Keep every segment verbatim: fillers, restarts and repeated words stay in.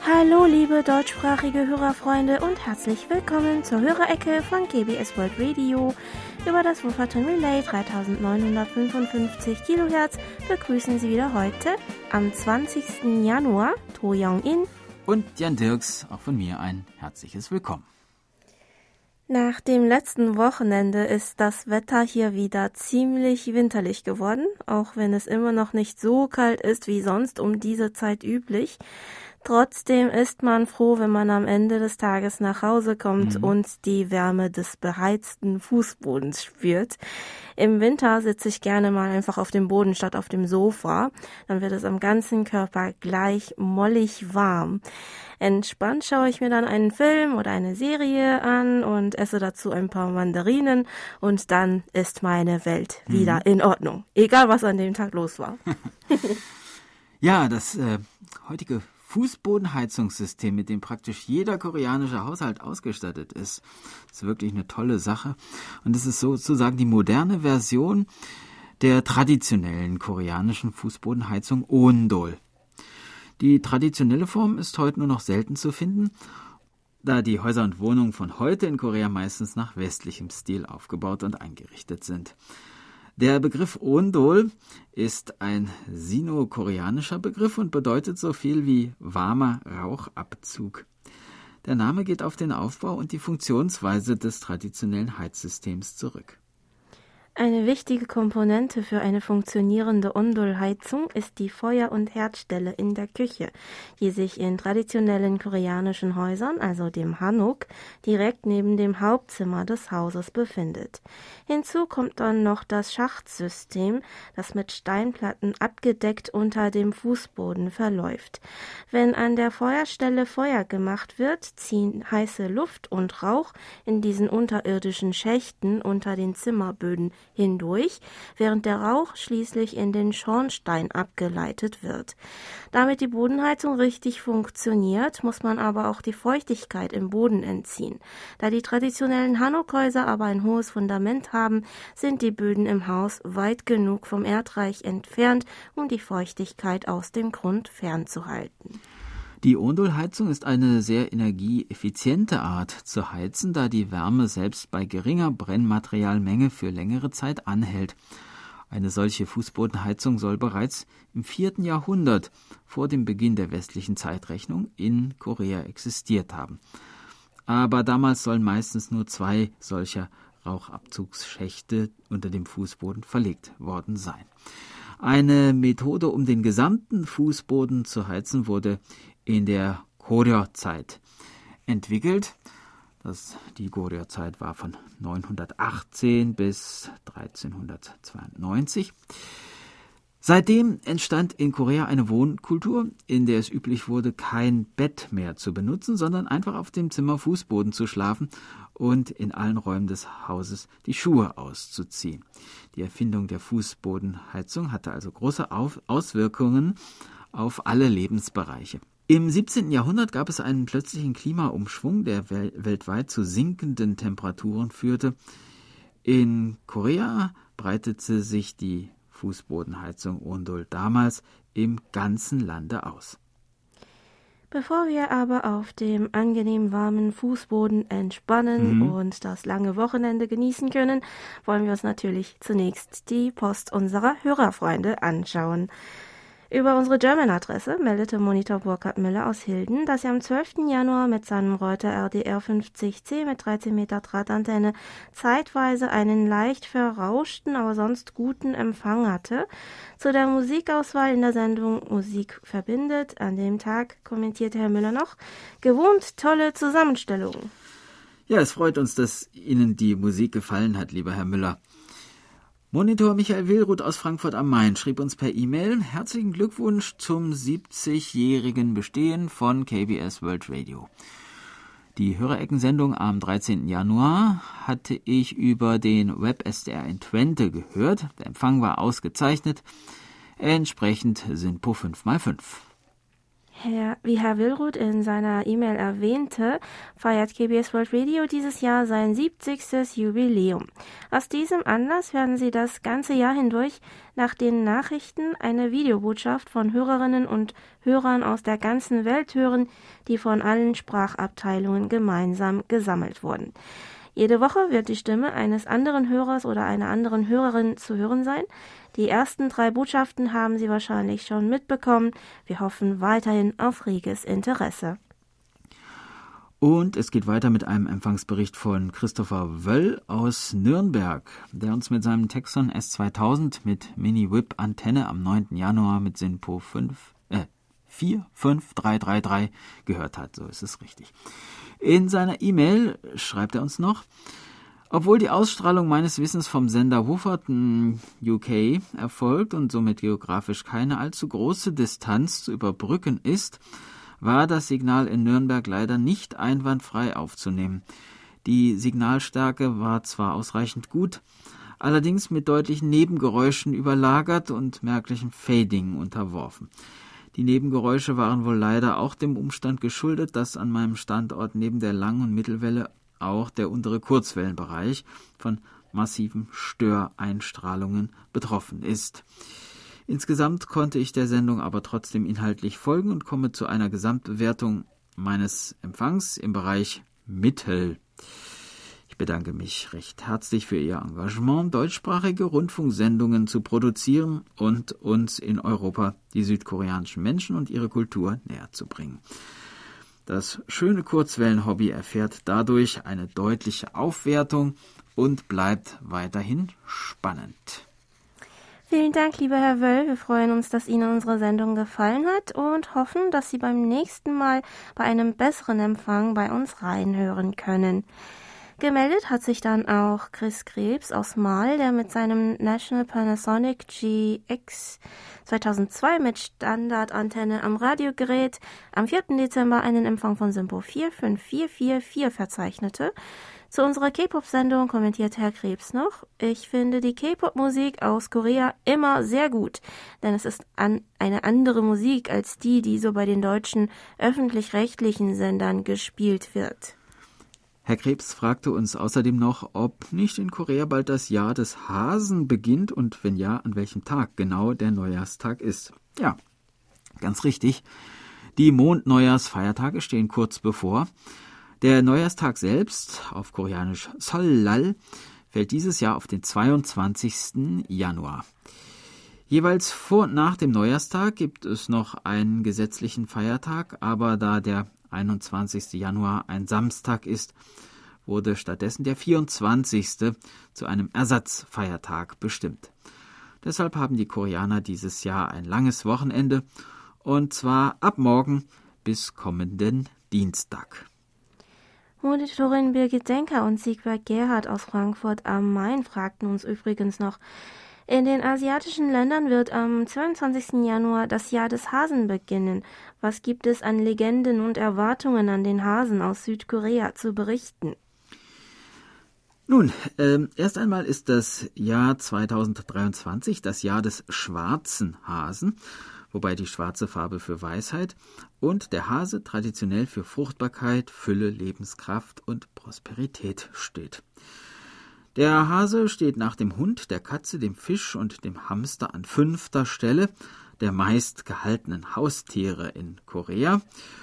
Hallo liebe deutschsprachige Hörerfreunde und herzlich willkommen zur Hörerecke von K B S World Radio. Über das Wuppertal Relay dreitausendneunhundertfünfundfünfzig Kilohertz begrüßen Sie wieder heute am zwanzigsten Januar To Young-in und Jan Dirks, auch von mir ein herzliches Willkommen. Nach dem letzten Wochenende ist das Wetter hier wieder ziemlich winterlich geworden, auch wenn es immer noch nicht so kalt ist wie sonst um diese Zeit üblich. Trotzdem ist man froh, wenn man am Ende des Tages nach Hause kommt mhm. und die Wärme des beheizten Fußbodens spürt. Im Winter sitze ich gerne mal einfach auf dem Boden statt auf dem Sofa. Dann wird es am ganzen Körper gleich mollig warm. Entspannt schaue ich mir dann einen Film oder eine Serie an und esse dazu ein paar Mandarinen und dann ist meine Welt mhm. wieder in Ordnung. Egal, was an dem Tag los war. Ja, das äh, heutige Fußbodenheizungssystem, mit dem praktisch jeder koreanische Haushalt ausgestattet ist, ist wirklich eine tolle Sache. Und es ist sozusagen die moderne Version der traditionellen koreanischen Fußbodenheizung Ondol. Die traditionelle Form ist heute nur noch selten zu finden, da die Häuser und Wohnungen von heute in Korea meistens nach westlichem Stil aufgebaut und eingerichtet sind. Der Begriff Ondol ist ein sino-koreanischer Begriff und bedeutet so viel wie warmer Rauchabzug. Der Name geht auf den Aufbau und die Funktionsweise des traditionellen Heizsystems zurück. Eine wichtige Komponente für eine funktionierende Ondol-Heizung ist die Feuer- und Herdstelle in der Küche, die sich in traditionellen koreanischen Häusern, also dem Hanok, direkt neben dem Hauptzimmer des Hauses befindet. Hinzu kommt dann noch das Schachtsystem, das mit Steinplatten abgedeckt unter dem Fußboden verläuft. Wenn an der Feuerstelle Feuer gemacht wird, ziehen heiße Luft und Rauch in diesen unterirdischen Schächten unter den Zimmerböden hindurch, während der Rauch schließlich in den Schornstein abgeleitet wird. Damit die Bodenheizung richtig funktioniert, muss man aber auch die Feuchtigkeit im Boden entziehen. Da die traditionellen Hanok-Häuser aber ein hohes Fundament haben, sind die Böden im Haus weit genug vom Erdreich entfernt, um die Feuchtigkeit aus dem Grund fernzuhalten. Die Ondol-Heizung ist eine sehr energieeffiziente Art zu heizen, da die Wärme selbst bei geringer Brennmaterialmenge für längere Zeit anhält. Eine solche Fußbodenheizung soll bereits im vierten Jahrhundert vor dem Beginn der westlichen Zeitrechnung in Korea existiert haben. Aber damals sollen meistens nur zwei solcher Rauchabzugsschächte unter dem Fußboden verlegt worden sein. Eine Methode, um den gesamten Fußboden zu heizen, wurde in der Goryeo-Zeit entwickelt. Das, die Goryeo-Zeit war von neunhundertachtzehn bis dreizehnhundertzweiundneunzig. Seitdem entstand in Korea eine Wohnkultur, in der es üblich wurde, kein Bett mehr zu benutzen, sondern einfach auf dem Zimmerfußboden zu schlafen und in allen Räumen des Hauses die Schuhe auszuziehen. Die Erfindung der Fußbodenheizung hatte also große Auswirkungen auf alle Lebensbereiche. Im siebzehnten Jahrhundert gab es einen plötzlichen Klimaumschwung, der wel- weltweit zu sinkenden Temperaturen führte. In Korea breitete sich die Fußbodenheizung Ondol damals im ganzen Lande aus. Bevor wir aber auf dem angenehm warmen Fußboden entspannen mhm. und das lange Wochenende genießen können, wollen wir uns natürlich zunächst die Post unserer Hörerfreunde anschauen. Über unsere German-Adresse meldete Monitor Burkhard Müller aus Hilden, dass er am zwölften Januar mit seinem Reuter R D R fünfzig C mit dreizehn Meter Drahtantenne zeitweise einen leicht verrauschten, aber sonst guten Empfang hatte. Zu der Musikauswahl in der Sendung Musik verbindet. An dem Tag kommentierte Herr Müller noch, gewohnt tolle Zusammenstellung. Ja, es freut uns, dass Ihnen die Musik gefallen hat, lieber Herr Müller. Monitor Michael Willruth aus Frankfurt am Main schrieb uns per E-Mail: Herzlichen Glückwunsch zum siebzigjährigen Bestehen von K B S World Radio. Die Hörereckensendung am dreizehnten Januar hatte ich über den Web-S D R in Twente gehört. Der Empfang war ausgezeichnet. Entsprechend SINPO fünf mal fünf. Herr, wie Herr Willruth in seiner E-Mail erwähnte, feiert K B S World Radio dieses Jahr sein siebzigstes Jubiläum. Aus diesem Anlass werden Sie das ganze Jahr hindurch nach den Nachrichten eine Videobotschaft von Hörerinnen und Hörern aus der ganzen Welt hören, die von allen Sprachabteilungen gemeinsam gesammelt wurden. Jede Woche wird die Stimme eines anderen Hörers oder einer anderen Hörerin zu hören sein. Die ersten drei Botschaften haben Sie wahrscheinlich schon mitbekommen. Wir hoffen weiterhin auf reges Interesse. Und es geht weiter mit einem Empfangsbericht von Christopher Wöll aus Nürnberg, der uns mit seinem Texon S zweitausend mit Mini-Whip-Antenne am neunten Januar mit SINPO fünf, äh, vier fünf drei drei drei gehört hat. So ist es richtig. In seiner E-Mail schreibt er uns noch: Obwohl die Ausstrahlung meines Wissens vom Sender Wufferton U K erfolgt und somit geografisch keine allzu große Distanz zu überbrücken ist, war das Signal in Nürnberg leider nicht einwandfrei aufzunehmen. Die Signalstärke war zwar ausreichend gut, allerdings mit deutlichen Nebengeräuschen überlagert und merklichem Fading unterworfen. Die Nebengeräusche waren wohl leider auch dem Umstand geschuldet, dass an meinem Standort neben der Lang- und Mittelwelle auch der untere Kurzwellenbereich von massiven Störeinstrahlungen betroffen ist. Insgesamt konnte ich der Sendung aber trotzdem inhaltlich folgen und komme zu einer Gesamtbewertung meines Empfangs im Bereich Mittel. Ich bedanke mich recht herzlich für Ihr Engagement, deutschsprachige Rundfunksendungen zu produzieren und uns in Europa die südkoreanischen Menschen und ihre Kultur näher zu bringen. Das schöne Kurzwellenhobby erfährt dadurch eine deutliche Aufwertung und bleibt weiterhin spannend. Vielen Dank, lieber Herr Wöll. Wir freuen uns, dass Ihnen unsere Sendung gefallen hat und hoffen, dass Sie beim nächsten Mal bei einem besseren Empfang bei uns reinhören können. Gemeldet hat sich dann auch Chris Krebs aus Marl, der mit seinem National Panasonic G X zweitausendzwei mit Standardantenne am Radiogerät am vierten Dezember einen Empfang von SINPO vier fünf vier vier vier verzeichnete. Zu unserer K-Pop-Sendung kommentiert Herr Krebs noch: Ich finde die K-Pop-Musik aus Korea immer sehr gut, denn es ist an eine andere Musik als die, die so bei den deutschen öffentlich-rechtlichen Sendern gespielt wird. Herr Krebs fragte uns außerdem noch, ob nicht in Korea bald das Jahr des Hasen beginnt und wenn ja, an welchem Tag genau der Neujahrstag ist. Ja, ganz richtig. Die Mondneujahrsfeiertage stehen kurz bevor. Der Neujahrstag selbst, auf Koreanisch Seollal, fällt dieses Jahr auf den zweiundzwanzigsten Januar. Jeweils vor und nach dem Neujahrstag gibt es noch einen gesetzlichen Feiertag, aber da der einundzwanzigsten Januar ein Samstag ist, wurde stattdessen der vierundzwanzigste zu einem Ersatzfeiertag bestimmt. Deshalb haben die Koreaner dieses Jahr ein langes Wochenende, und zwar ab morgen bis kommenden Dienstag. Monitorin Birgit Denker und Siegbert Gerhard aus Frankfurt am Main fragten uns übrigens noch: In den asiatischen Ländern wird am zweiundzwanzigsten Januar das Jahr des Hasen beginnen. Was gibt es an Legenden und Erwartungen an den Hasen aus Südkorea zu berichten? Nun, äh, erst einmal ist das Jahr zweitausenddreiundzwanzig das Jahr des schwarzen Hasen, wobei die schwarze Farbe für Weisheit und der Hase traditionell für Fruchtbarkeit, Fülle, Lebenskraft und Prosperität steht. Der Hase steht nach dem Hund, der Katze, dem Fisch und dem Hamster an fünfter Stelle der meist gehaltenen Haustiere in Korea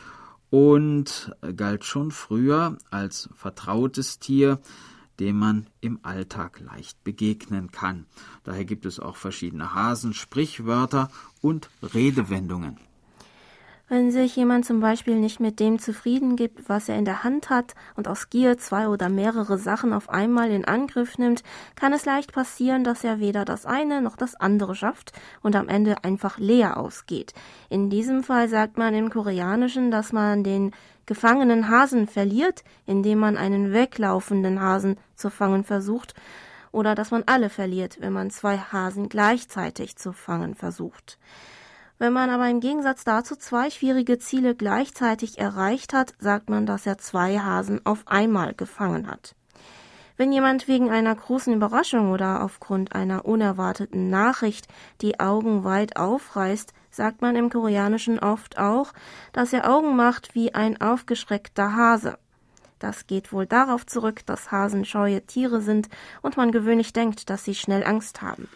und galt schon früher als vertrautes Tier, dem man im Alltag leicht begegnen kann. Daher gibt es auch verschiedene Hasensprichwörter und Redewendungen. Wenn sich jemand zum Beispiel nicht mit dem zufrieden gibt, was er in der Hand hat und aus Gier zwei oder mehrere Sachen auf einmal in Angriff nimmt, kann es leicht passieren, dass er weder das eine noch das andere schafft und am Ende einfach leer ausgeht. In diesem Fall sagt man im Koreanischen, dass man den gefangenen Hasen verliert, indem man einen weglaufenden Hasen zu fangen versucht, oder dass man alle verliert, wenn man zwei Hasen gleichzeitig zu fangen versucht. Wenn man aber im Gegensatz dazu zwei schwierige Ziele gleichzeitig erreicht hat, sagt man, dass er zwei Hasen auf einmal gefangen hat. Wenn jemand wegen einer großen Überraschung oder aufgrund einer unerwarteten Nachricht die Augen weit aufreißt, sagt man im Koreanischen oft auch, dass er Augen macht wie ein aufgeschreckter Hase. Das geht wohl darauf zurück, dass Hasen scheue Tiere sind und man gewöhnlich denkt, dass sie schnell Angst haben.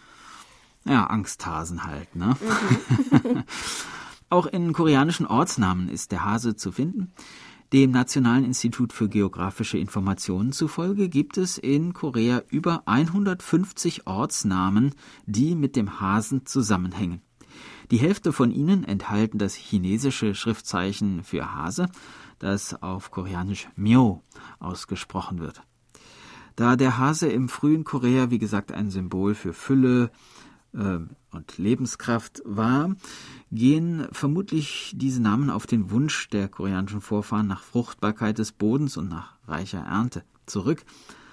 Ja, Angsthasen halt, ne? Mhm. Auch in koreanischen Ortsnamen ist der Hase zu finden. Dem Nationalen Institut für geografische Informationen zufolge gibt es in Korea über hundertfünfzig Ortsnamen, die mit dem Hasen zusammenhängen. Die Hälfte von ihnen enthalten das chinesische Schriftzeichen für Hase, das auf Koreanisch Myo ausgesprochen wird. Da der Hase im frühen Korea, wie gesagt, ein Symbol für Fülle äh, und Lebenskraft war, gehen vermutlich diese Namen auf den Wunsch der koreanischen Vorfahren nach Fruchtbarkeit des Bodens und nach reicher Ernte zurück,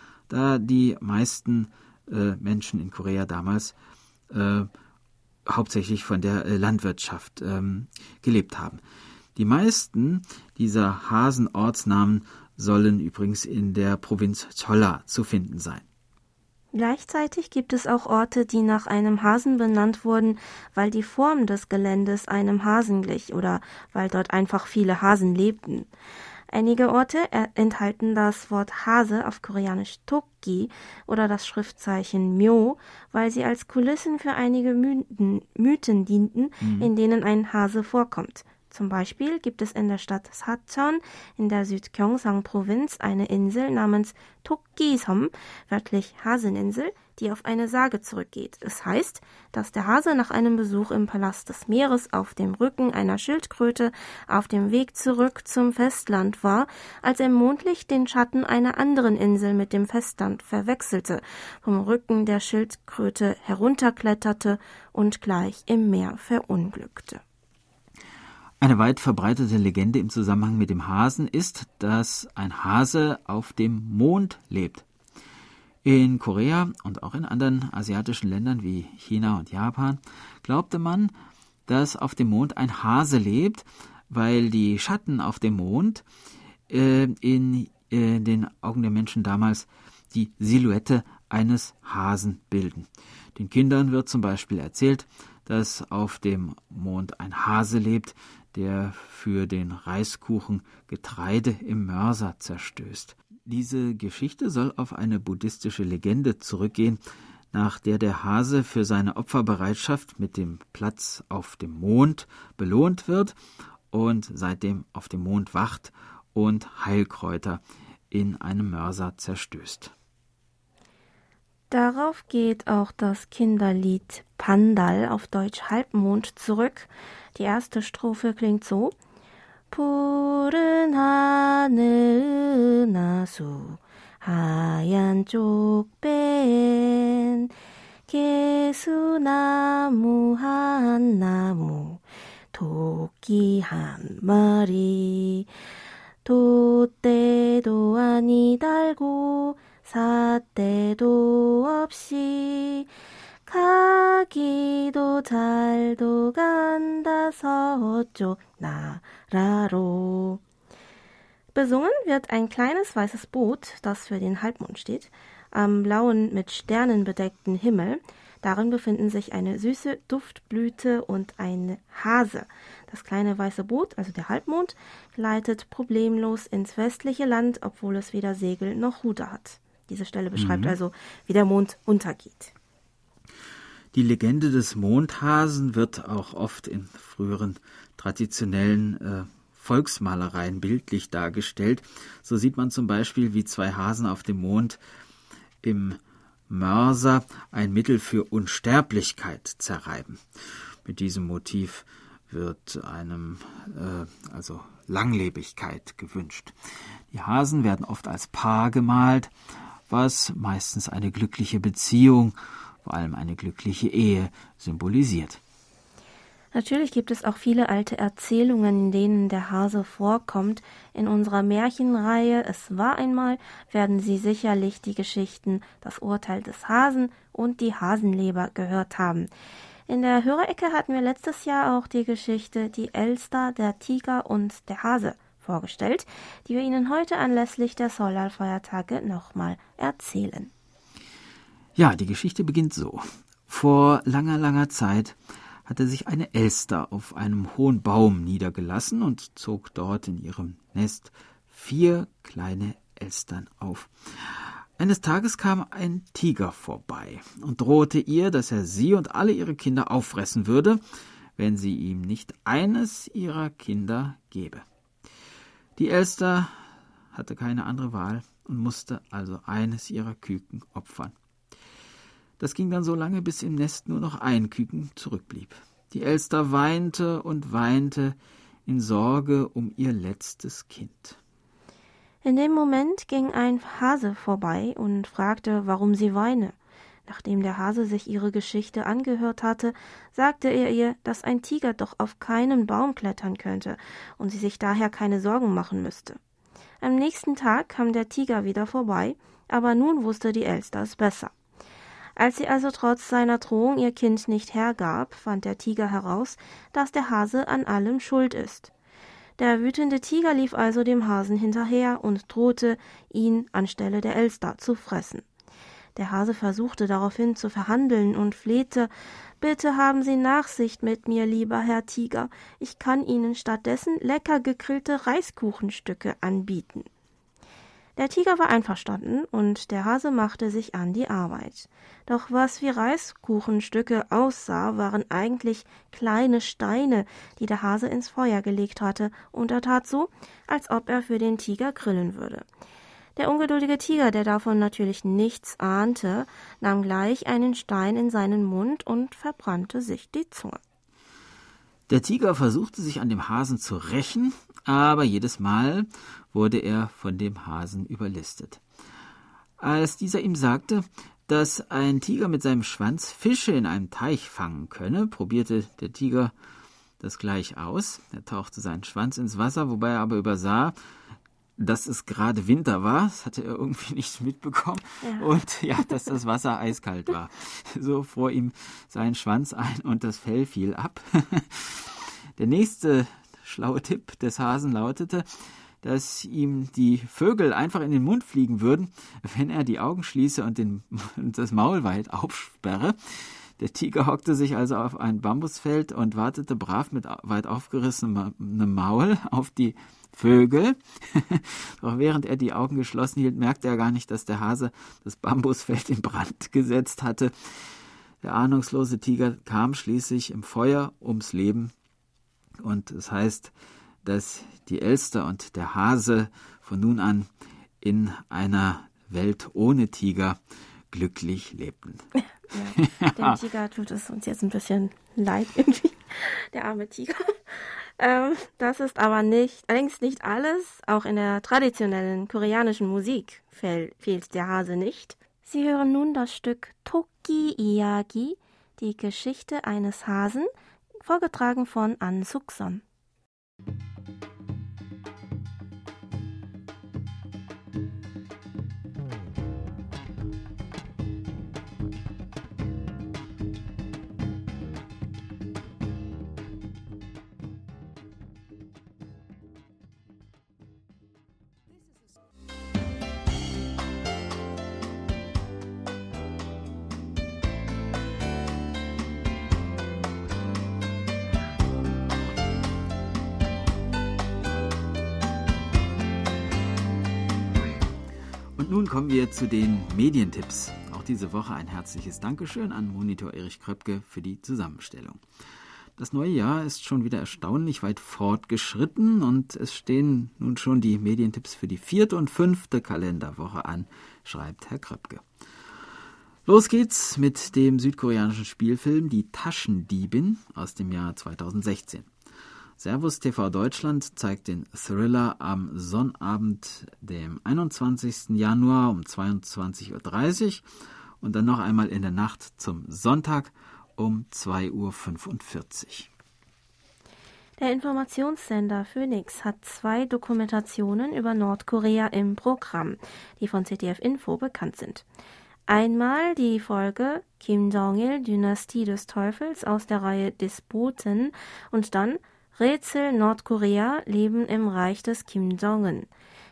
da die meisten äh, Menschen in Korea damals äh, hauptsächlich von der äh, Landwirtschaft ähm, gelebt haben. Die meisten dieser Hasenortsnamen sollen übrigens in der Provinz Cholla zu finden sein. Gleichzeitig gibt es auch Orte, die nach einem Hasen benannt wurden, weil die Form des Geländes einem Hasen glich oder weil dort einfach viele Hasen lebten. Einige Orte enthalten das Wort Hase auf Koreanisch Tokki oder das Schriftzeichen Myo, weil sie als Kulissen für einige Mythen, Mythen dienten, mhm. in denen ein Hase vorkommt. Zum Beispiel gibt es in der Stadt Sacheon in der Südgyeongsang-Provinz eine Insel namens Tokki-som, wörtlich Haseninsel, die auf eine Sage zurückgeht. Es heißt, dass der Hase nach einem Besuch im Palast des Meeres auf dem Rücken einer Schildkröte auf dem Weg zurück zum Festland war, als er im Mondlicht den Schatten einer anderen Insel mit dem Festland verwechselte, vom Rücken der Schildkröte herunterkletterte und gleich im Meer verunglückte. Eine weit verbreitete Legende im Zusammenhang mit dem Hasen ist, dass ein Hase auf dem Mond lebt. In Korea und auch in anderen asiatischen Ländern wie China und Japan glaubte man, dass auf dem Mond ein Hase lebt, weil die Schatten auf dem Mond äh, in äh, den Augen der Menschen damals die Silhouette eines Hasen bilden. Den Kindern wird zum Beispiel erzählt, dass auf dem Mond ein Hase lebt, der für den Reiskuchen Getreide im Mörser zerstößt. Diese Geschichte soll auf eine buddhistische Legende zurückgehen, nach der der Hase für seine Opferbereitschaft mit dem Platz auf dem Mond belohnt wird und seitdem auf dem Mond wacht und Heilkräuter in einem Mörser zerstößt. Darauf geht auch das Kinderlied Pandal, auf Deutsch Halbmond, zurück. Die erste Strophe klingt so: 푸른 하늘 은하수 하얀 쪽배엔 개수나무 한 나무 토끼 한 마리 돛대도 아니 달고 삿대도 없이 가기도 잘도 간다 서쪽 나라로. Besungen wird ein kleines weißes Boot, das für den Halbmond steht, am blauen mit Sternen bedeckten Himmel. Darin befinden sich eine süße Duftblüte und ein Hase. Das kleine weiße Boot, also der Halbmond, gleitet problemlos ins westliche Land, obwohl es weder Segel noch Ruder hat. Diese Stelle beschreibt mhm. also, wie der Mond untergeht. Die Legende des Mondhasen wird auch oft in früheren traditionellen äh, Volksmalereien bildlich dargestellt. So sieht man zum Beispiel, wie zwei Hasen auf dem Mond im Mörser ein Mittel für Unsterblichkeit zerreiben. Mit diesem Motiv wird einem äh, also Langlebigkeit gewünscht. Die Hasen werden oft als Paar gemalt, was meistens eine glückliche Beziehung, vor allem eine glückliche Ehe, symbolisiert. Natürlich gibt es auch viele alte Erzählungen, in denen der Hase vorkommt. In unserer Märchenreihe Es war einmal werden Sie sicherlich die Geschichten Das Urteil des Hasen und Die Hasenleber gehört haben. In der Hörerecke hatten wir letztes Jahr auch die Geschichte Die Elster, der Tiger und der Hase vorgestellt, die wir Ihnen heute anlässlich der Seollal-Feiertage nochmal erzählen. Ja, die Geschichte beginnt so. Vor langer, langer Zeit hatte sich eine Elster auf einem hohen Baum niedergelassen und zog dort in ihrem Nest vier kleine Elstern auf. Eines Tages kam ein Tiger vorbei und drohte ihr, dass er sie und alle ihre Kinder auffressen würde, wenn sie ihm nicht eines ihrer Kinder gebe. Die Elster hatte keine andere Wahl und musste also eines ihrer Küken opfern. Das ging dann so lange, bis im Nest nur noch ein Küken zurückblieb. Die Elster weinte und weinte in Sorge um ihr letztes Kind. In dem Moment ging ein Hase vorbei und fragte, warum sie weine. Nachdem der Hase sich ihre Geschichte angehört hatte, sagte er ihr, dass ein Tiger doch auf keinen Baum klettern könnte und sie sich daher keine Sorgen machen müsste. Am nächsten Tag kam der Tiger wieder vorbei, aber nun wusste die Elster es besser. Als sie also trotz seiner Drohung ihr Kind nicht hergab, fand der Tiger heraus, dass der Hase an allem schuld ist. Der wütende Tiger lief also dem Hasen hinterher und drohte, ihn anstelle der Elster zu fressen. Der Hase versuchte daraufhin zu verhandeln und flehte, »Bitte haben Sie Nachsicht mit mir, lieber Herr Tiger. Ich kann Ihnen stattdessen lecker gegrillte Reiskuchenstücke anbieten.« Der Tiger war einverstanden und der Hase machte sich an die Arbeit. Doch was wie Reiskuchenstücke aussah, waren eigentlich kleine Steine, die der Hase ins Feuer gelegt hatte, und er tat so, als ob er für den Tiger grillen würde. Der ungeduldige Tiger, der davon natürlich nichts ahnte, nahm gleich einen Stein in seinen Mund und verbrannte sich die Zunge. Der Tiger versuchte sich an dem Hasen zu rächen, aber jedes Mal wurde er von dem Hasen überlistet. Als dieser ihm sagte, dass ein Tiger mit seinem Schwanz Fische in einem Teich fangen könne, probierte der Tiger das gleich aus. Er tauchte seinen Schwanz ins Wasser, wobei er aber übersah, dass es gerade Winter war. Das hatte er irgendwie nicht mitbekommen. Ja. Und ja, dass das Wasser eiskalt war. So fror ihm sein Schwanz ein und das Fell fiel ab. Der nächste schlaue Tipp des Hasen lautete, dass ihm die Vögel einfach in den Mund fliegen würden, wenn er die Augen schließe und den, das Maul weit aufsperre. Der Tiger hockte sich also auf ein Bambusfeld und wartete brav mit weit aufgerissenem Maul auf die Vögel. Doch während er die Augen geschlossen hielt, merkte er gar nicht, dass der Hase das Bambusfeld in Brand gesetzt hatte. Der ahnungslose Tiger kam schließlich im Feuer ums Leben. Und es heißt, dass die Elster und der Hase von nun an in einer Welt ohne Tiger glücklich lebten. Ja, dem Tiger tut es uns jetzt ein bisschen leid irgendwie, der arme Tiger. Ähm, das ist aber nicht, allerdings nicht alles. Auch in der traditionellen koreanischen Musik fehl, fehlt der Hase nicht. Sie hören nun das Stück Toki Iyagi, die Geschichte eines Hasen, vorgetragen von An Suk-son. Und nun kommen wir zu den Medientipps. Auch diese Woche ein herzliches Dankeschön an Monitor Erich Kröpke für die Zusammenstellung. Das neue Jahr ist schon wieder erstaunlich weit fortgeschritten und es stehen nun schon die Medientipps für die vierte und fünfte Kalenderwoche an, schreibt Herr Kröpke. Los geht's mit dem südkoreanischen Spielfilm Die Taschendiebin aus dem Jahr zweitausendsechzehn. Servus T V Deutschland zeigt den Thriller am Sonnabend, dem einundzwanzigsten Januar um zweiundzwanzig Uhr dreißig und dann noch einmal in der Nacht zum Sonntag um zwei Uhr fünfundvierzig. Der Informationssender Phoenix hat zwei Dokumentationen über Nordkorea im Programm, die von Z D F Info bekannt sind. Einmal die Folge Kim Jong-il, Dynastie des Teufels aus der Reihe Despoten und dann Rätsel Nordkorea, Leben im Reich des Kim Jong-un.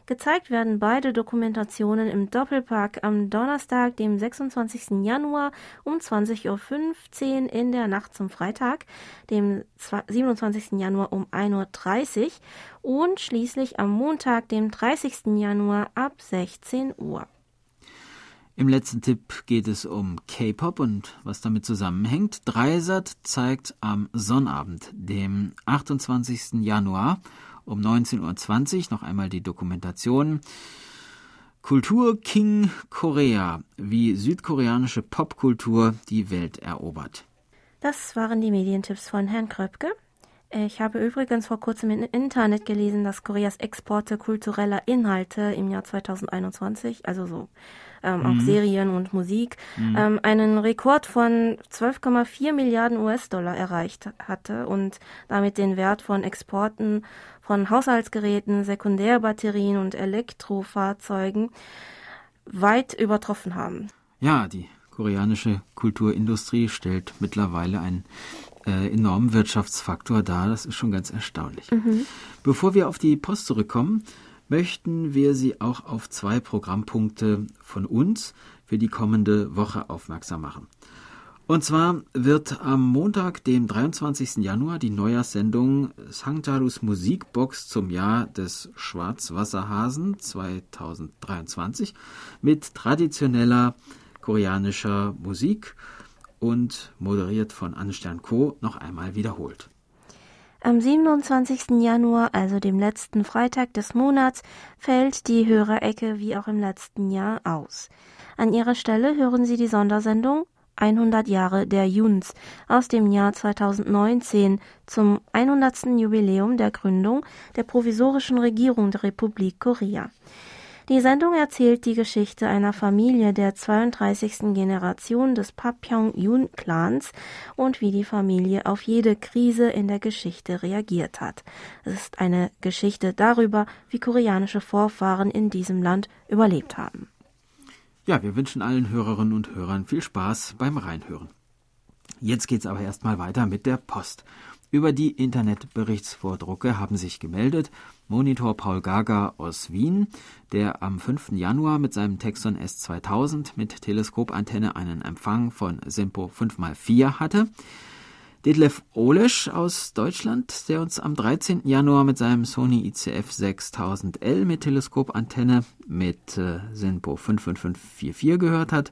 Gezeigt werden beide Dokumentationen im Doppelpack am Donnerstag, dem sechsundzwanzigsten Januar um zwanzig Uhr fünfzehn in der Nacht zum Freitag, dem siebenundzwanzigsten Januar um ein Uhr dreißig und schließlich am Montag, dem dreißigsten Januar ab sechzehn Uhr. Im letzten Tipp geht es um K-Pop und was damit zusammenhängt. Dreisat zeigt am Sonnabend, dem achtundzwanzigsten Januar um neunzehn Uhr zwanzig noch einmal die Dokumentation Kultur King Korea, wie südkoreanische Popkultur die Welt erobert. Das waren die Medientipps von Herrn Kröpke. Ich habe übrigens vor kurzem im Internet gelesen, dass Koreas Exporte kultureller Inhalte im Jahr zweitausendeinundzwanzig, also so ähm, mhm. auch Serien und Musik, mhm. ähm, einen Rekord von zwölf Komma vier Milliarden U S-Dollar erreicht hatte und damit den Wert von Exporten von Haushaltsgeräten, Sekundärbatterien und Elektrofahrzeugen weit übertroffen haben. Ja, die koreanische Kulturindustrie stellt mittlerweile einen äh, enormen Wirtschaftsfaktor dar. Das ist schon ganz erstaunlich. Mhm. Bevor wir auf die Post zurückkommen, möchten wir Sie auch auf zwei Programmpunkte von uns für die kommende Woche aufmerksam machen. Und zwar wird am Montag, dem dreiundzwanzigsten Januar, die Neujahrssendung Sangjarus Musikbox zum Jahr des Schwarzwasserhasen zweitausenddreiundzwanzig mit traditioneller koreanischer Musik und moderiert von Anne-Stern Ko noch einmal wiederholt. Am siebenundzwanzigsten Januar, also dem letzten Freitag des Monats, fällt die Hörerecke wie auch im letzten Jahr aus. An ihrer Stelle hören Sie die Sondersendung hundert Jahre der Juns aus dem Jahr zweitausendneunzehn zum hundertsten Jubiläum der Gründung der provisorischen Regierung der Republik Korea. Die Sendung erzählt die Geschichte einer Familie der zweiunddreißigsten Generation des Papyeong-Yun-Clans und wie die Familie auf jede Krise in der Geschichte reagiert hat. Es ist eine Geschichte darüber, wie koreanische Vorfahren in diesem Land überlebt haben. Ja, wir wünschen allen Hörerinnen und Hörern viel Spaß beim Reinhören. Jetzt geht's aber erstmal weiter mit der Post. Über die Internetberichtsvordrucke haben sich gemeldet Monitor Paul Gaga aus Wien, der am fünften Januar mit seinem Texon S zweitausend mit Teleskopantenne einen Empfang von SINPO fünf mal vier hatte. Detlef Olesch aus Deutschland, der uns am dreizehnten Januar mit seinem Sony I C F sechstausend L mit Teleskopantenne mit äh, SINPO fünf fünf fünf vier vier gehört hat.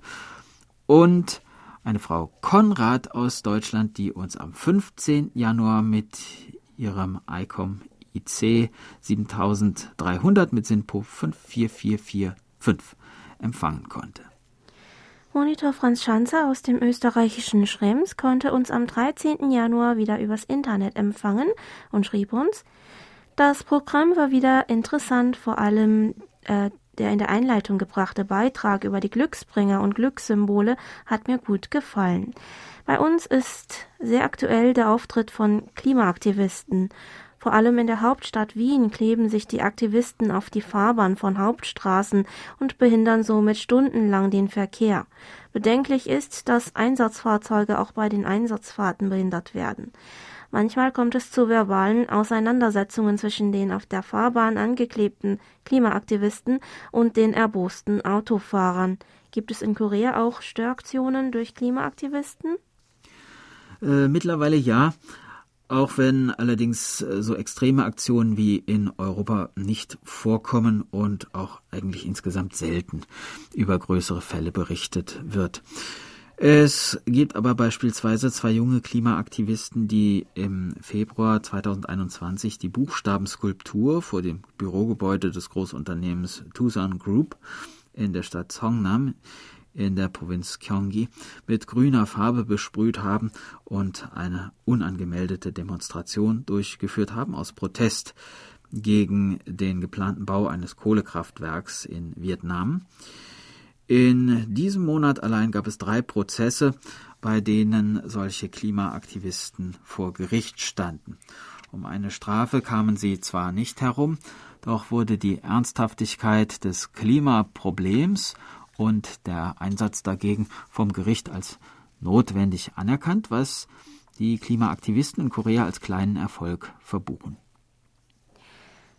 Und eine Frau Konrad aus Deutschland, die uns am fünfzehnten Januar mit ihrem ICOM I C siebentausenddreihundert mit SINPO fünf vier vier vier fünf empfangen konnte. Monitor Franz Schanzer aus dem österreichischen Schrems konnte uns am dreizehnten Januar wieder übers Internet empfangen und schrieb uns: Das Programm war wieder interessant, vor allem äh, der in der Einleitung gebrachte Beitrag über die Glücksbringer und Glückssymbole hat mir gut gefallen. Bei uns ist sehr aktuell der Auftritt von Klimaaktivisten. Vor allem in der Hauptstadt Wien kleben sich die Aktivisten auf die Fahrbahn von Hauptstraßen und behindern somit stundenlang den Verkehr. Bedenklich ist, dass Einsatzfahrzeuge auch bei den Einsatzfahrten behindert werden. Manchmal kommt es zu verbalen Auseinandersetzungen zwischen den auf der Fahrbahn angeklebten Klimaaktivisten und den erbosten Autofahrern. Gibt es in Korea auch Störaktionen durch Klimaaktivisten? Äh, mittlerweile ja. Auch wenn allerdings so extreme Aktionen wie in Europa nicht vorkommen und auch eigentlich insgesamt selten über größere Fälle berichtet wird. Es gibt aber beispielsweise zwei junge Klimaaktivisten, die im Februar zweitausendeinundzwanzig die Buchstabenskulptur vor dem Bürogebäude des Großunternehmens Tusan Group in der Stadt Songnam in der Provinz Gyeonggi mit grüner Farbe besprüht haben und eine unangemeldete Demonstration durchgeführt haben aus Protest gegen den geplanten Bau eines Kohlekraftwerks in Vietnam. In diesem Monat allein gab es drei Prozesse, bei denen solche Klimaaktivisten vor Gericht standen. Um eine Strafe kamen sie zwar nicht herum, doch wurde die Ernsthaftigkeit des Klimaproblems und der Einsatz dagegen vom Gericht als notwendig anerkannt, was die Klimaaktivisten in Korea als kleinen Erfolg verbuchen.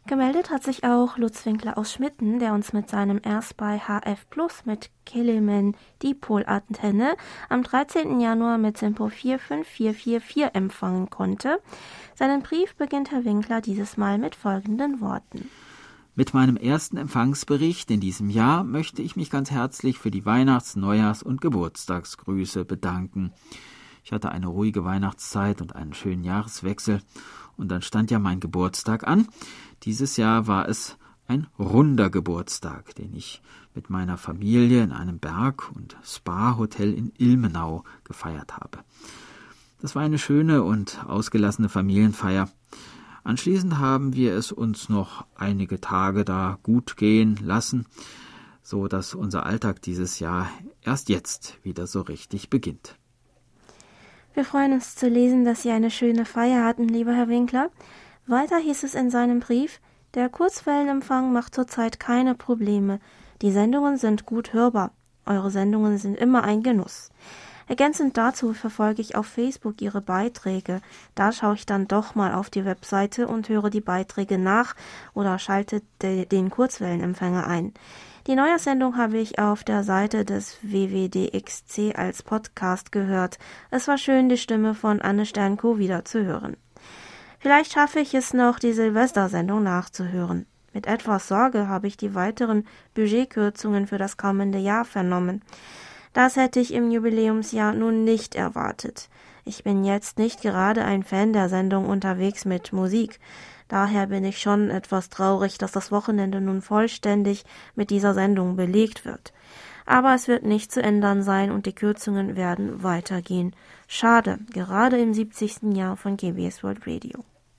Gemeldet hat sich auch Lutz Winkler aus Schmitten, der uns mit seinem Airspy H F Plus mit Kelemen Dipol-Antenne am dreizehnten Januar mit Tempo vier fünf vier vier vier empfangen konnte. Seinen Brief beginnt Herr Winkler dieses Mal mit folgenden Worten. Mit meinem ersten Empfangsbericht in diesem Jahr möchte ich mich ganz herzlich für die Weihnachts-, Neujahrs- und Geburtstagsgrüße bedanken. Ich hatte eine ruhige Weihnachtszeit und einen schönen Jahreswechsel und dann stand ja mein Geburtstag an. Dieses Jahr war es ein runder Geburtstag, den ich mit meiner Familie in einem Berg- und Spa-Hotel in Ilmenau gefeiert habe. Das war eine schöne und ausgelassene Familienfeier. Anschließend haben wir es uns noch einige Tage da gut gehen lassen, so dass unser Alltag dieses Jahr erst jetzt wieder so richtig beginnt. Wir freuen uns zu lesen, dass Sie eine schöne Feier hatten, lieber Herr Winkler. Weiter hieß es in seinem Brief, der Kurzwellenempfang macht zurzeit keine Probleme. Die Sendungen sind gut hörbar. Eure Sendungen sind immer ein Genuss. Ergänzend dazu verfolge ich auf Facebook Ihre Beiträge. Da schaue ich dann doch mal auf die Webseite und höre die Beiträge nach oder schalte de- den Kurzwellenempfänger ein. Die Neuersendung habe ich auf der Seite des W W D X C als Podcast gehört. Es war schön, die Stimme von Anne Sternko wieder zu hören. Vielleicht schaffe ich es noch, die Silvestersendung nachzuhören. Mit etwas Sorge habe ich die weiteren Budgetkürzungen für das kommende Jahr vernommen. Das hätte ich im Jubiläumsjahr nun nicht erwartet. Ich bin jetzt nicht gerade ein Fan der Sendung unterwegs mit Musik. Daher bin ich schon etwas traurig, dass das Wochenende nun vollständig mit dieser Sendung belegt wird. Aber es wird nicht zu ändern sein und die Kürzungen werden weitergehen. Schade, gerade im siebzigsten Jahr von K B S World Radio.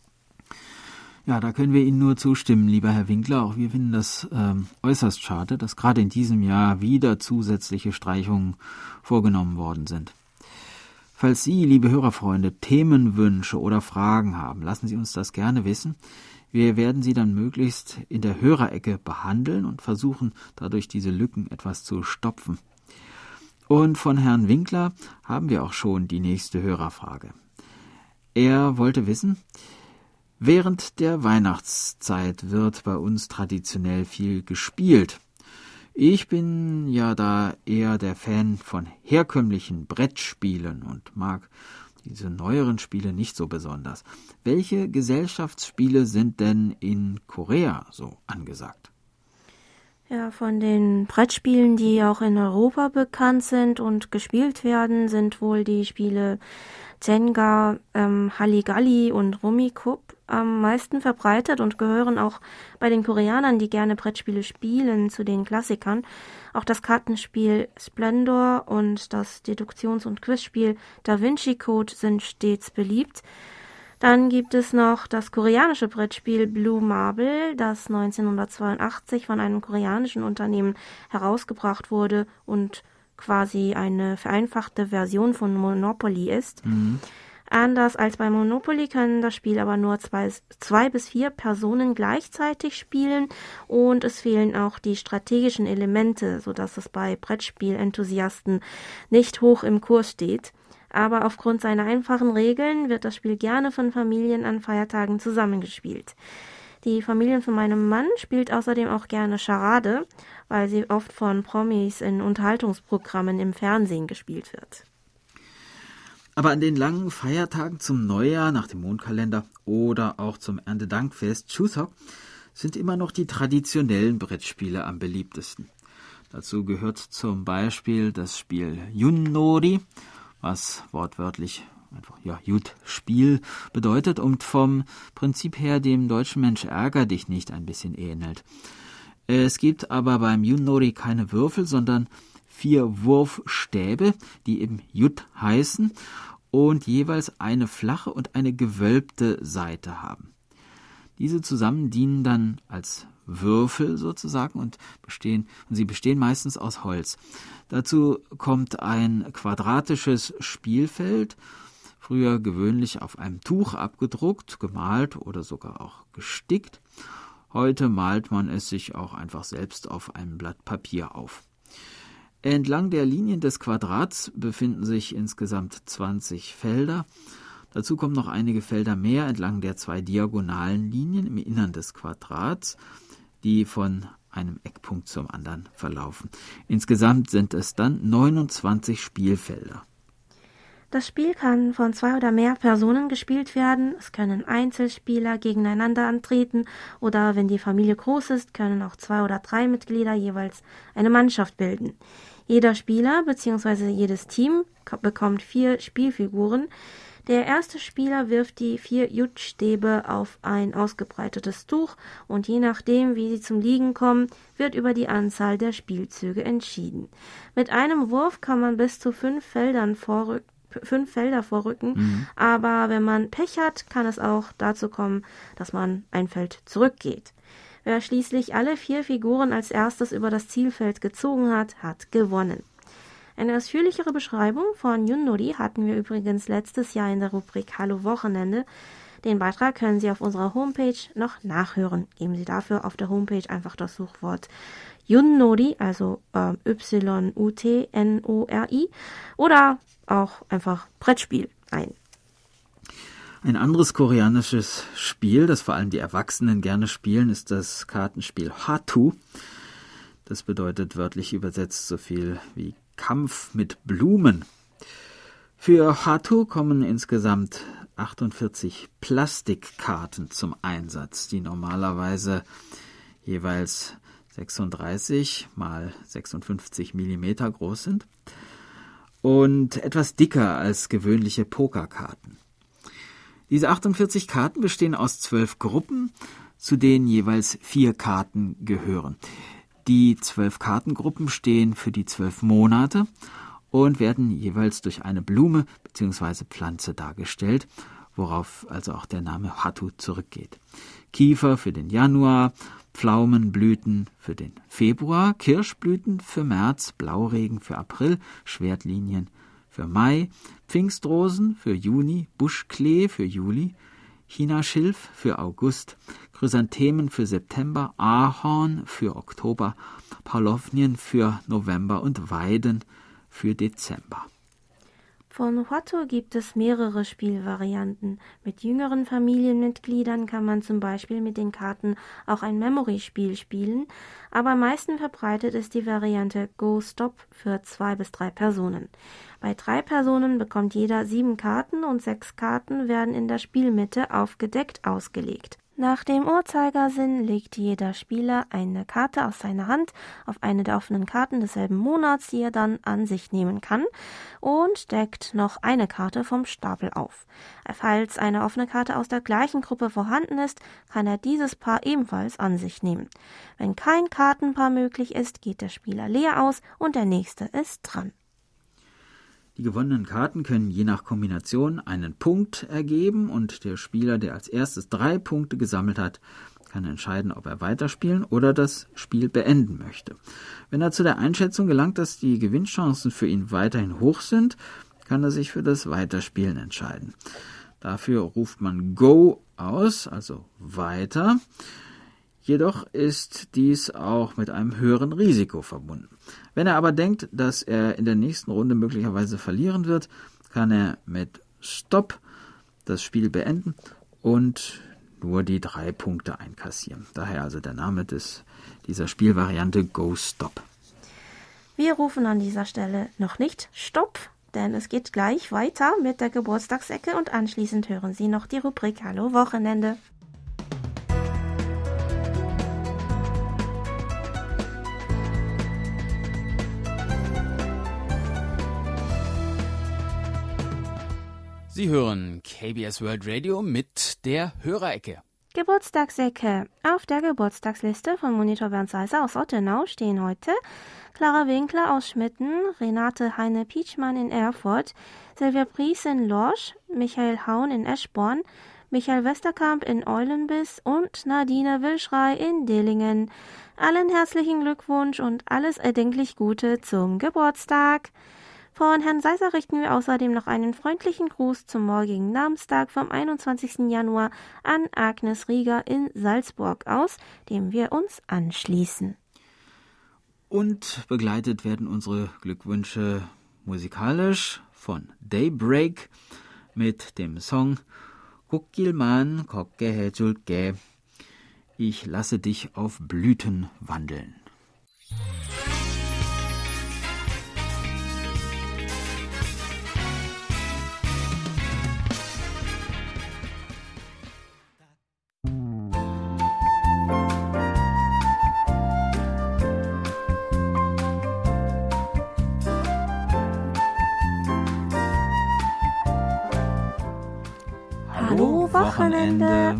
Ja, da können wir Ihnen nur zustimmen, lieber Herr Winkler. Auch wir finden das ähm, äußerst schade, dass gerade in diesem Jahr wieder zusätzliche Streichungen vorgenommen worden sind. Falls Sie, liebe Hörerfreunde, Themenwünsche oder Fragen haben, lassen Sie uns das gerne wissen. Wir werden sie dann möglichst in der Hörerecke behandeln und versuchen, dadurch diese Lücken etwas zu stopfen. Und von Herrn Winkler haben wir auch schon die nächste Hörerfrage. Er wollte wissen, während der Weihnachtszeit wird bei uns traditionell viel gespielt. Ich bin ja da eher der Fan von herkömmlichen Brettspielen und mag diese neueren Spiele nicht so besonders. Welche Gesellschaftsspiele sind denn in Korea so angesagt? Ja, von den Brettspielen, die auch in Europa bekannt sind und gespielt werden, sind wohl die Spiele Jenga, ähm, Halligalli und Rummikub am meisten verbreitet und gehören auch bei den Koreanern, die gerne Brettspiele spielen, zu den Klassikern. Auch das Kartenspiel Splendor und das Deduktions- und Quizspiel Da Vinci Code sind stets beliebt. Dann gibt es noch das koreanische Brettspiel Blue Marble, das neunzehnhundertzweiundachtzig von einem koreanischen Unternehmen herausgebracht wurde und quasi eine vereinfachte Version von Monopoly ist. Mhm. Anders als bei Monopoly können das Spiel aber nur zwei, zwei bis vier Personen gleichzeitig spielen und es fehlen auch die strategischen Elemente, sodass es bei Brettspielenthusiasten nicht hoch im Kurs steht. Aber aufgrund seiner einfachen Regeln wird das Spiel gerne von Familien an Feiertagen zusammengespielt. Die Familie von meinem Mann spielt außerdem auch gerne Charade, weil sie oft von Promis in Unterhaltungsprogrammen im Fernsehen gespielt wird. Aber an den langen Feiertagen zum Neujahr nach dem Mondkalender oder auch zum Erntedankfest Chuseok sind immer noch die traditionellen Brettspiele am beliebtesten. Dazu gehört zum Beispiel das Spiel Yunnori, was wortwörtlich einfach ja Jut-Spiel bedeutet und vom Prinzip her dem deutschen Mensch ärger dich nicht ein bisschen ähnelt. Es gibt aber beim Yunnori keine Würfel, sondern vier Wurfstäbe, die eben Jut heißen und jeweils eine flache und eine gewölbte Seite haben. Diese zusammen dienen dann als Würfel sozusagen und bestehen und sie bestehen meistens aus Holz. Dazu kommt ein quadratisches Spielfeld, früher gewöhnlich auf einem Tuch abgedruckt, gemalt oder sogar auch gestickt. Heute malt man es sich auch einfach selbst auf einem Blatt Papier auf. Entlang der Linien des Quadrats befinden sich insgesamt zwanzig Felder. Dazu kommen noch einige Felder mehr entlang der zwei diagonalen Linien im Innern des Quadrats, die von einem Eckpunkt zum anderen verlaufen. Insgesamt sind es dann neunundzwanzig Spielfelder. Das Spiel kann von zwei oder mehr Personen gespielt werden. Es können Einzelspieler gegeneinander antreten oder wenn die Familie groß ist, können auch zwei oder drei Mitglieder jeweils eine Mannschaft bilden. Jeder Spieler bzw. jedes Team bekommt vier Spielfiguren. Der erste Spieler wirft die vier Jutstäbe auf ein ausgebreitetes Tuch und je nachdem, wie sie zum Liegen kommen, wird über die Anzahl der Spielzüge entschieden. Mit einem Wurf kann man bis zu fünf Feldern vorrücken. fünf Felder vorrücken, mhm. aber wenn man Pech hat, kann es auch dazu kommen, dass man ein Feld zurückgeht. Wer schließlich alle vier Figuren als erstes über das Zielfeld gezogen hat, hat gewonnen. Eine ausführlichere Beschreibung von Yun-Nori hatten wir übrigens letztes Jahr in der Rubrik Hallo Wochenende. Den Beitrag können Sie auf unserer Homepage noch nachhören. Geben Sie dafür auf der Homepage einfach das Suchwort Yun-Nori, also äh, Y U T N O R I, oder auch einfach Brettspiel ein. Ein anderes koreanisches Spiel, das vor allem die Erwachsenen gerne spielen, ist das Kartenspiel Hatu. Das bedeutet wörtlich übersetzt so viel wie Kampf mit Blumen. Für Hatu kommen insgesamt achtundvierzig Plastikkarten zum Einsatz, die normalerweise jeweils sechsunddreißig mal sechsundfünfzig Millimeter groß sind und etwas dicker als gewöhnliche Pokerkarten. Diese achtundvierzig Karten bestehen aus zwölf Gruppen, zu denen jeweils vier Karten gehören. Die zwölf Kartengruppen stehen für die zwölf Monate und werden jeweils durch eine Blume bzw. Pflanze dargestellt, worauf also auch der Name Hatu zurückgeht. Kiefer für den Januar, Pflaumenblüten für den Februar, Kirschblüten für März, Blauregen für April, Schwertlinien für Mai, Pfingstrosen für Juni, Buschklee für Juli, Chinaschilf für August, Chrysanthemen für September, Ahorn für Oktober, Paulownien für November und Weiden für Dezember. Von Hatu gibt es mehrere Spielvarianten. Mit jüngeren Familienmitgliedern kann man zum Beispiel mit den Karten auch ein Memory-Spiel spielen, aber am meisten verbreitet ist die Variante Go Stop für zwei bis drei Personen. Bei drei Personen bekommt jeder sieben Karten und sechs Karten werden in der Spielmitte aufgedeckt ausgelegt. Nach dem Uhrzeigersinn legt jeder Spieler eine Karte aus seiner Hand auf eine der offenen Karten desselben Monats, die er dann an sich nehmen kann, und deckt noch eine Karte vom Stapel auf. Falls eine offene Karte aus der gleichen Gruppe vorhanden ist, kann er dieses Paar ebenfalls an sich nehmen. Wenn kein Kartenpaar möglich ist, geht der Spieler leer aus und der nächste ist dran. Die gewonnenen Karten können je nach Kombination einen Punkt ergeben und der Spieler, der als erstes drei Punkte gesammelt hat, kann entscheiden, ob er weiterspielen oder das Spiel beenden möchte. Wenn er zu der Einschätzung gelangt, dass die Gewinnchancen für ihn weiterhin hoch sind, kann er sich für das Weiterspielen entscheiden. Dafür ruft man Go aus, also weiter. Jedoch ist dies auch mit einem höheren Risiko verbunden. Wenn er aber denkt, dass er in der nächsten Runde möglicherweise verlieren wird, kann er mit Stop das Spiel beenden und nur die drei Punkte einkassieren. Daher also der Name des, dieser Spielvariante Go Stop. Wir rufen an dieser Stelle noch nicht Stopp, denn es geht gleich weiter mit der Geburtstagsecke und anschließend hören Sie noch die Rubrik Hallo Wochenende. Sie hören K B S World Radio mit der Hörerecke. Geburtstagsecke. Auf der Geburtstagsliste von Monitor Bernd Seiser aus Ottenau stehen heute Clara Winkler aus Schmitten, Renate Heine-Pietschmann in Erfurt, Silvia Pries in Lorsch, Michael Haun in Eschborn, Michael Westerkamp in Eulenbiss und Nadine Wilschrei in Dillingen. Allen herzlichen Glückwunsch und alles erdenklich Gute zum Geburtstag. Von Herrn Seiser richten wir außerdem noch einen freundlichen Gruß zum morgigen Namenstag vom einundzwanzigsten Januar an Agnes Rieger in Salzburg aus, dem wir uns anschließen. Und begleitet werden unsere Glückwünsche musikalisch von Daybreak mit dem Song 꽃길만 걷게 해줄게. Ich lasse dich auf Blüten wandeln. Hallo Wochenende.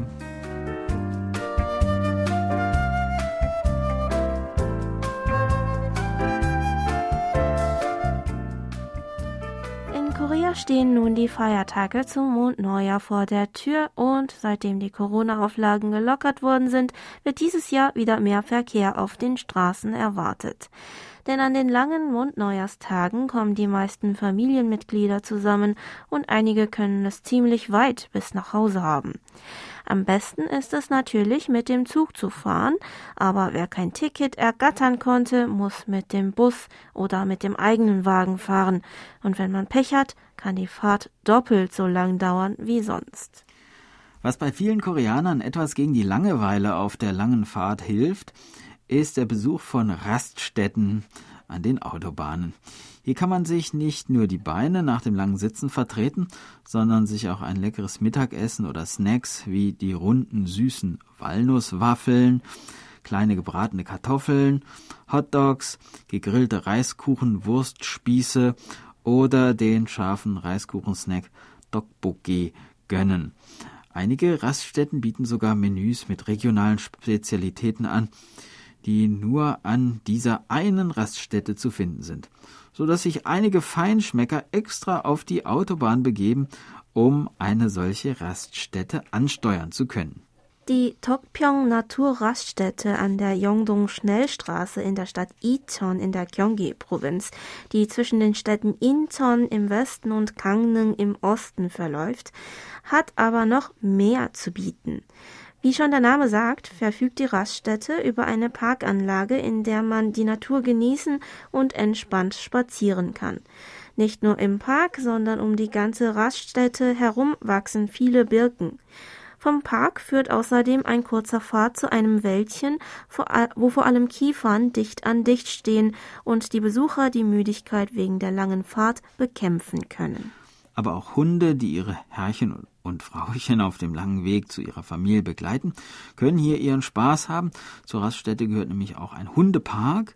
In Korea stehen nun die Feiertage zum Mondneujahr vor der Tür und seitdem die Corona-Auflagen gelockert worden sind, wird dieses Jahr wieder mehr Verkehr auf den Straßen erwartet. Denn an den langen Mondneujahrstagen kommen die meisten Familienmitglieder zusammen und einige können es ziemlich weit bis nach Hause haben. Am besten ist es natürlich, mit dem Zug zu fahren, aber wer kein Ticket ergattern konnte, muss mit dem Bus oder mit dem eigenen Wagen fahren. Und wenn man Pech hat, kann die Fahrt doppelt so lang dauern wie sonst. Was bei vielen Koreanern etwas gegen die Langeweile auf der langen Fahrt hilft, ist der Besuch von Raststätten an den Autobahnen. Hier kann man sich nicht nur die Beine nach dem langen Sitzen vertreten, sondern sich auch ein leckeres Mittagessen oder Snacks wie die runden, süßen Walnusswaffeln, kleine gebratene Kartoffeln, Hotdogs, gegrillte Reiskuchen, Wurstspieße oder den scharfen Reiskuchensnack Tteokbokki gönnen. Einige Raststätten bieten sogar Menüs mit regionalen Spezialitäten an, die nur an dieser einen Raststätte zu finden sind, sodass sich einige Feinschmecker extra auf die Autobahn begeben, um eine solche Raststätte ansteuern zu können. Die Tokpyeong Naturraststätte an der Yeongdong-Schnellstraße in der Stadt Icheon in der Gyeonggi-Provinz, die zwischen den Städten Incheon im Westen und Gangneung im Osten verläuft, hat aber noch mehr zu bieten. Wie schon der Name sagt, verfügt die Raststätte über eine Parkanlage, in der man die Natur genießen und entspannt spazieren kann. Nicht nur im Park, sondern um die ganze Raststätte herum wachsen viele Birken. Vom Park führt außerdem ein kurzer Pfad zu einem Wäldchen, wo vor allem Kiefern dicht an dicht stehen und die Besucher die Müdigkeit wegen der langen Fahrt bekämpfen können. Aber auch Hunde, die ihre Herrchen und Frauchen auf dem langen Weg zu ihrer Familie begleiten, können hier ihren Spaß haben. Zur Raststätte gehört nämlich auch ein Hundepark,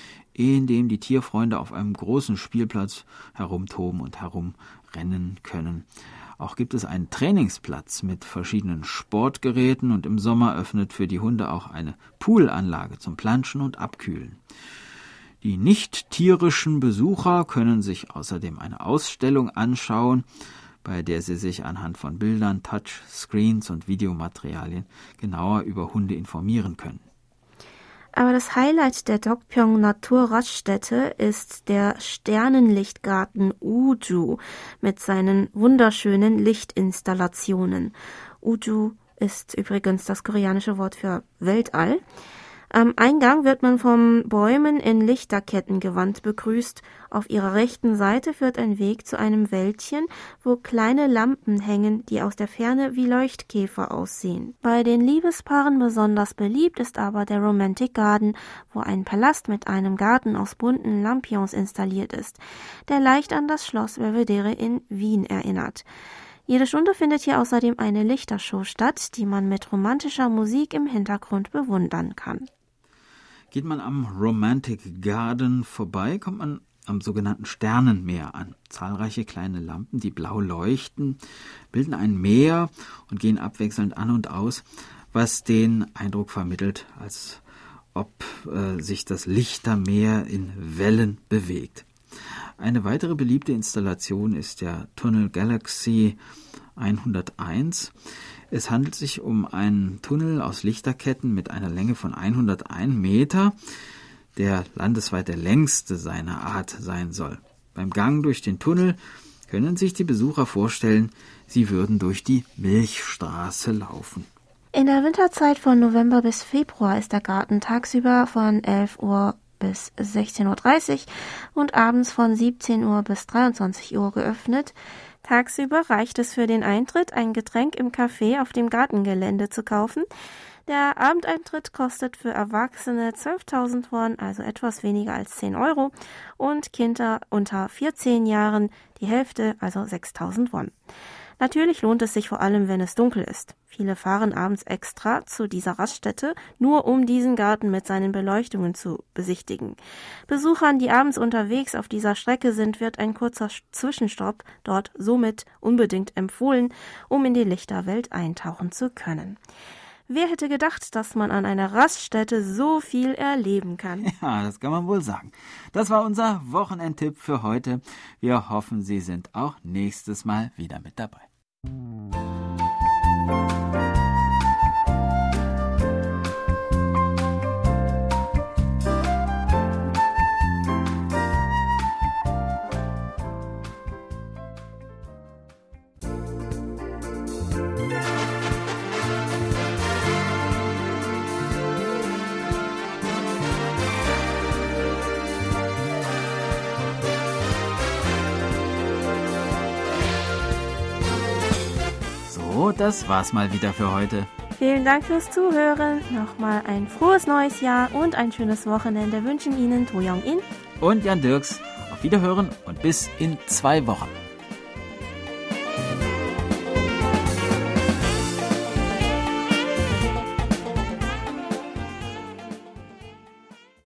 in dem die Tierfreunde auf einem großen Spielplatz herumtoben und herumrennen können. Auch gibt es einen Trainingsplatz mit verschiedenen Sportgeräten und im Sommer öffnet für die Hunde auch eine Poolanlage zum Planschen und Abkühlen. Die nicht tierischen Besucher können sich außerdem eine Ausstellung anschauen, bei der sie sich anhand von Bildern, Touchscreens und Videomaterialien genauer über Hunde informieren können. Aber das Highlight der Tokpyeong Naturraststätte ist der Sternenlichtgarten Uju mit seinen wunderschönen Lichtinstallationen. Uju ist übrigens das koreanische Wort für Weltall. Am Eingang wird man von Bäumen in Lichterkettengewand begrüßt. Auf ihrer rechten Seite führt ein Weg zu einem Wäldchen, wo kleine Lampen hängen, die aus der Ferne wie Leuchtkäfer aussehen. Bei den Liebespaaren besonders beliebt ist aber der Romantic Garden, wo ein Palast mit einem Garten aus bunten Lampions installiert ist, der leicht an das Schloss Belvedere in Wien erinnert. Jede Stunde findet hier außerdem eine Lichtershow statt, die man mit romantischer Musik im Hintergrund bewundern kann. Geht man am Romantic Garden vorbei, kommt man am sogenannten Sternenmeer an. Zahlreiche kleine Lampen, die blau leuchten, bilden ein Meer und gehen abwechselnd an und aus, was den Eindruck vermittelt, als ob äh, sich das Lichtermeer in Wellen bewegt. Eine weitere beliebte Installation ist der Tunnel Galaxy hunderteins. Es handelt sich um einen Tunnel aus Lichterketten mit einer Länge von hunderteins Meter, der landesweit der längste seiner Art sein soll. Beim Gang durch den Tunnel können sich die Besucher vorstellen, sie würden durch die Milchstraße laufen. In der Winterzeit von November bis Februar ist der Garten tagsüber von elf Uhr bis sechzehn Uhr dreißig und abends von siebzehn Uhr bis dreiundzwanzig Uhr geöffnet. Tagsüber reicht es für den Eintritt, ein Getränk im Café auf dem Gartengelände zu kaufen. Der Abendeintritt kostet für Erwachsene zwölftausend Won, also etwas weniger als zehn Euro, und Kinder unter vierzehn Jahren die Hälfte, also sechstausend Won. Natürlich lohnt es sich vor allem, wenn es dunkel ist. Viele fahren abends extra zu dieser Raststätte, nur um diesen Garten mit seinen Beleuchtungen zu besichtigen. Besuchern, die abends unterwegs auf dieser Strecke sind, wird ein kurzer Zwischenstopp dort somit unbedingt empfohlen, um in die Lichterwelt eintauchen zu können. Wer hätte gedacht, dass man an einer Raststätte so viel erleben kann? Ja, das kann man wohl sagen. Das war unser Wochenendtipp für heute. Wir hoffen, Sie sind auch nächstes Mal wieder mit dabei. So, das war's mal wieder für heute. Vielen Dank fürs Zuhören. Nochmal ein frohes neues Jahr und ein schönes Wochenende wünschen Ihnen To Young-in und Jan Dirks. Auf Wiederhören und bis in zwei Wochen.